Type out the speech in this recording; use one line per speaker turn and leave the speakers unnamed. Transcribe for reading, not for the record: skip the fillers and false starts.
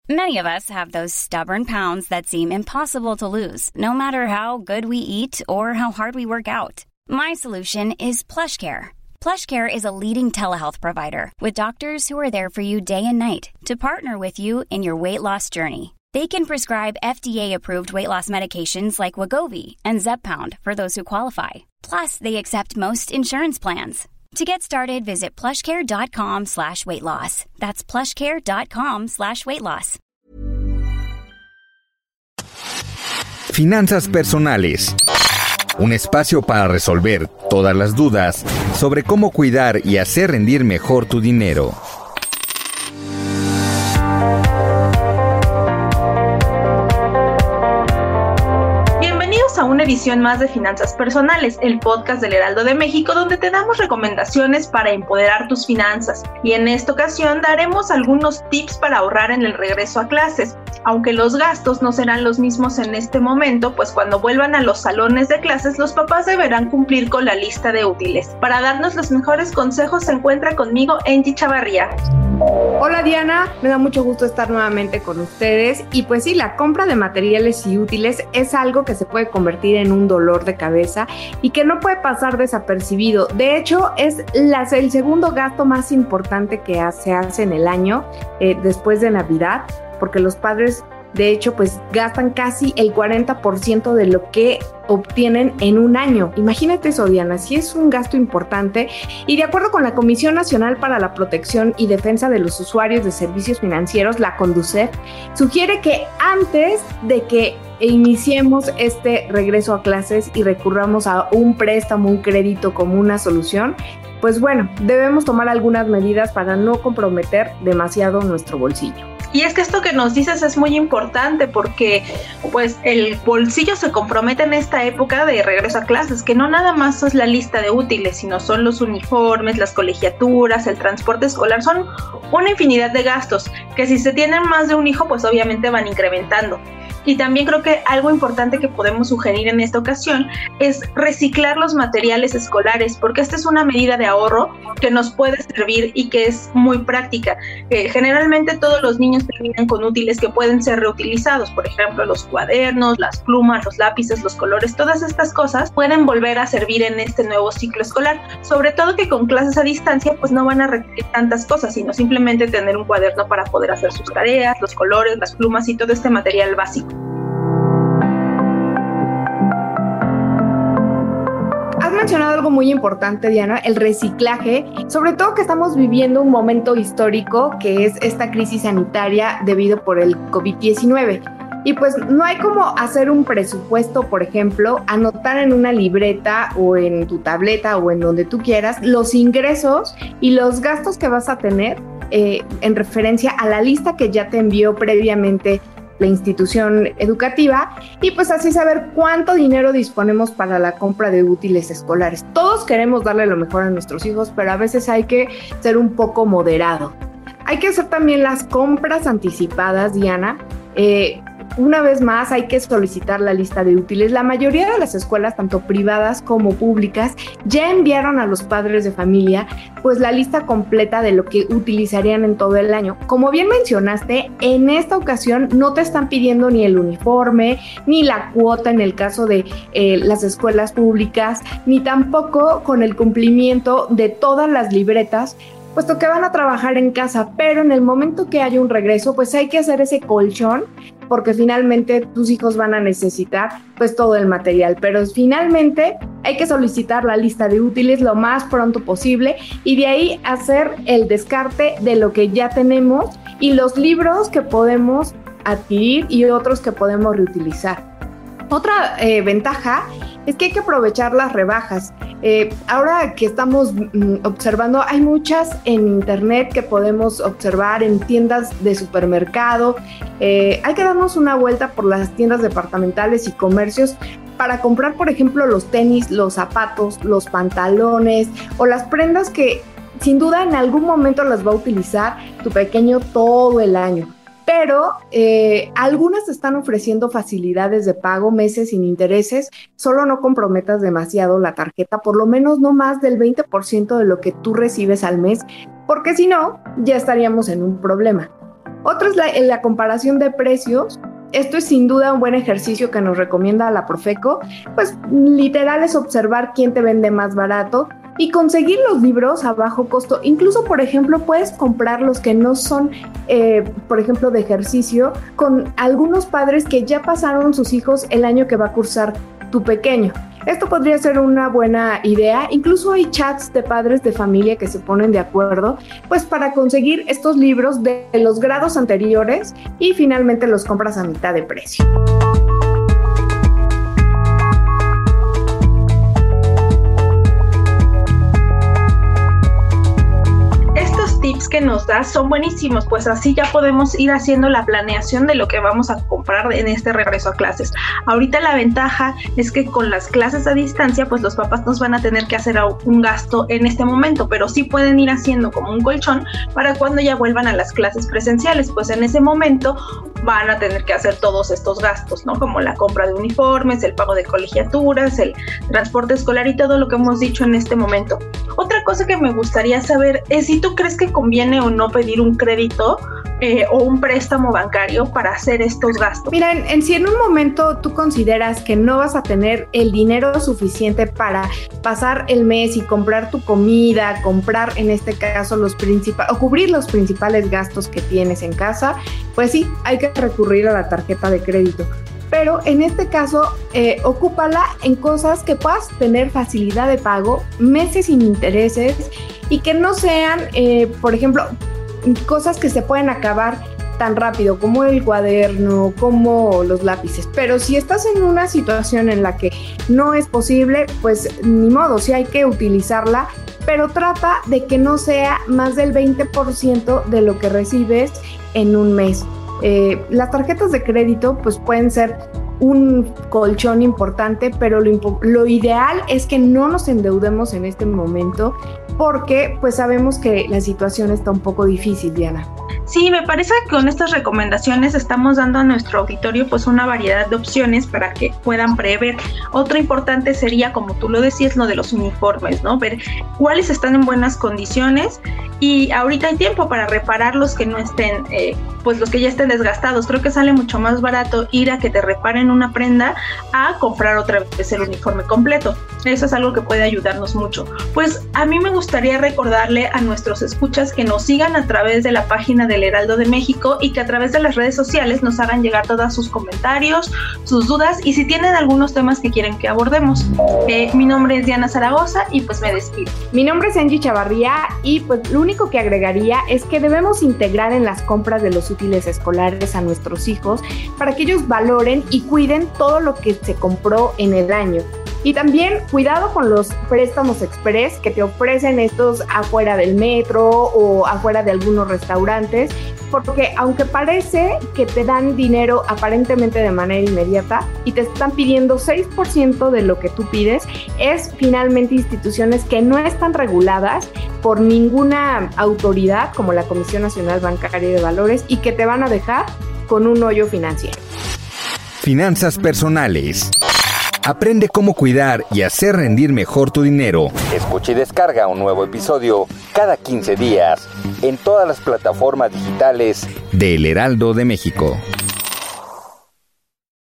Many of us have those stubborn pounds that seem impossible to lose, no matter how good we eat or how hard we work out. My solution is PlushCare. PlushCare is a leading telehealth provider with doctors who are there for you day and night to partner with you in your weight loss journey. They can prescribe FDA-approved weight loss medications like Wegovy and Zepbound for those who qualify. Plus, they accept most insurance plans. To get started, visit plushcare.com/weightloss. That's plushcare.com/weightloss.
Finanzas personales. Un espacio para resolver todas las dudas sobre cómo cuidar y hacer rendir mejor tu dinero.
A una edición más de Finanzas Personales, el podcast del Heraldo de México, donde te damos recomendaciones para empoderar tus finanzas. Y en esta ocasión daremos algunos tips para ahorrar en el regreso a clases. Aunque los gastos no serán los mismos en este momento, pues cuando vuelvan a los salones de clases, los papás deberán cumplir con la lista de útiles. Para darnos los mejores consejos se encuentra conmigo Angie Chavarría.
Hola Diana, me da mucho gusto estar nuevamente con ustedes. Y pues sí, la compra de materiales y útiles es algo que se puede convertir en un dolor de cabeza y que no puede pasar desapercibido. De hecho, es el segundo gasto más importante que se hace en el año, después de Navidad, porque los padres, de hecho, pues gastan casi el 40% de lo que obtienen en un año. Imagínate eso, Diana, sí es un gasto importante. Y de acuerdo con la Comisión Nacional para la Protección y Defensa de los Usuarios de Servicios Financieros, la CONDUCEF, sugiere que antes de que iniciemos este regreso a clases y recurramos a un préstamo, un crédito como una solución, pues bueno, debemos tomar algunas medidas para no comprometer demasiado nuestro bolsillo.
Y es que esto que nos dices es muy importante porque pues el bolsillo se compromete en esta época de regreso a clases, que no nada más es la lista de útiles, sino son los uniformes, las colegiaturas, el transporte escolar, son una infinidad de gastos que si se tienen más de un hijo pues obviamente van incrementando. Y también creo que algo importante que podemos sugerir en esta ocasión es reciclar los materiales escolares, porque esta es una medida de ahorro que nos puede servir y que es muy práctica. Generalmente todos los niños terminan con útiles que pueden ser reutilizados, por ejemplo los cuadernos, las plumas, los lápices, los colores, todas estas cosas pueden volver a servir en este nuevo ciclo escolar, sobre todo que con clases a distancia pues no van a requerir tantas cosas, sino simplemente tener un cuaderno para poder hacer sus tareas, los colores, las plumas y todo este material básico.
Has mencionado algo muy importante, Diana, el reciclaje, sobre todo que estamos viviendo un momento histórico que es esta crisis sanitaria debido por el COVID-19. Y pues no hay como hacer un presupuesto, por ejemplo, anotar en una libreta o en tu tableta o en donde tú quieras los ingresos y los gastos que vas a tener en referencia a la lista que ya te envió previamente la institución educativa, y pues así saber cuánto dinero disponemos para la compra de útiles escolares. Todos queremos darle lo mejor a nuestros hijos, pero a veces hay que ser un poco moderado. Hay que hacer también las compras anticipadas, Diana. Una vez más, hay que solicitar la lista de útiles. La mayoría de las escuelas, tanto privadas como públicas, ya enviaron a los padres de familia pues la lista completa de lo que utilizarían en todo el año. Como bien mencionaste, en esta ocasión no te están pidiendo ni el uniforme, ni la cuota en el caso de las escuelas públicas, ni tampoco con el cumplimiento de todas las libretas, puesto que van a trabajar en casa, pero en el momento que haya un regreso, pues hay que hacer ese colchón, porque finalmente tus hijos van a necesitar pues todo el material, pero finalmente hay que solicitar la lista de útiles lo más pronto posible y de ahí hacer el descarte de lo que ya tenemos y los libros que podemos adquirir y otros que podemos reutilizar. Otra ventaja es que hay que aprovechar las rebajas. Ahora que estamos observando, hay muchas en internet que podemos observar en tiendas de supermercado. Hay que darnos una vuelta por las tiendas departamentales y comercios para comprar, por ejemplo, los tenis, los zapatos, los pantalones o las prendas que sin duda en algún momento las va a utilizar tu pequeño todo el año. Pero algunas están ofreciendo facilidades de pago, meses sin intereses. Solo no comprometas demasiado la tarjeta, por lo menos no más del 20% de lo que tú recibes al mes, porque si no, ya estaríamos en un problema. Otra es la comparación de precios. Esto es sin duda un buen ejercicio que nos recomienda la Profeco, pues literal es observar quién te vende más barato y conseguir los libros a bajo costo. Incluso, por ejemplo, puedes comprar los que no son, por ejemplo, de ejercicio, con algunos padres que ya pasaron sus hijos el año que va a cursar tu pequeño. Esto podría ser una buena idea. Incluso hay chats de padres de familia que se ponen de acuerdo, pues para conseguir estos libros de los grados anteriores y finalmente los compras a mitad de precio.
Tips que nos das son buenísimos, pues así ya podemos ir haciendo la planeación de lo que vamos a comprar en este regreso a clases. Ahorita la ventaja es que con las clases a distancia, pues los papás nos van a tener que hacer un gasto en este momento, pero sí pueden ir haciendo como un colchón para cuando ya vuelvan a las clases presenciales, pues en ese momento van a tener que hacer todos estos gastos, ¿no? Como la compra de uniformes, el pago de colegiaturas, el transporte escolar y todo lo que hemos dicho en este momento. Otra cosa que me gustaría saber es si tú crees que conviene o no pedir un crédito o un préstamo bancario para hacer estos gastos.
Mira, si en un momento tú consideras que no vas a tener el dinero suficiente para pasar el mes y comprar tu comida, comprar en este caso o cubrir los principales gastos que tienes en casa, pues sí, hay que recurrir a la tarjeta de crédito. Pero en este caso, ocúpala en cosas que puedas tener facilidad de pago, meses sin intereses y que no sean, por ejemplo, cosas que se pueden acabar tan rápido como el cuaderno, como los lápices. Pero si estás en una situación en la que no es posible, pues ni modo, sí hay que utilizarla, pero trata de que no sea más del 20% de lo que recibes en un mes. Las tarjetas de crédito pues pueden ser un colchón importante, pero lo ideal es que no nos endeudemos en este momento porque pues sabemos que la situación está un poco difícil, Diana.
Sí, me parece que con estas recomendaciones estamos dando a nuestro auditorio pues una variedad de opciones para que puedan prever. Otra importante sería, como tú lo decías, lo de los uniformes, ¿no? Ver cuáles están en buenas condiciones y ahorita hay tiempo para reparar los que no estén, pues los que ya estén desgastados. Creo que sale mucho más barato ir a que te reparen una prenda a comprar otra vez el uniforme completo. Eso es algo que puede ayudarnos mucho. Pues a mí me gustaría recordarle a nuestros escuchas que nos sigan a través de la página del Heraldo de México y que a través de las redes sociales nos hagan llegar todos sus comentarios, sus dudas y si tienen algunos temas que quieren que abordemos. Mi nombre es Diana Zaragoza y pues me despido.
Mi nombre es Angie Chavarría y pues lo único que agregaría es que debemos integrar en las compras de los útiles escolares a nuestros hijos para que ellos valoren y cuiden todo lo que se compró en el año. Y también cuidado con los préstamos express que te ofrecen estos afuera del metro o afuera de algunos restaurantes, porque aunque parece que te dan dinero aparentemente de manera inmediata y te están pidiendo 6% de lo que tú pides, es finalmente instituciones que no están reguladas por ninguna autoridad como la Comisión Nacional Bancaria y de Valores y que te van a dejar con un hoyo financiero.
Finanzas personales. Aprende cómo cuidar y hacer rendir mejor tu dinero. Escucha y descarga un nuevo episodio cada 15 días en todas las plataformas digitales de El Heraldo de México.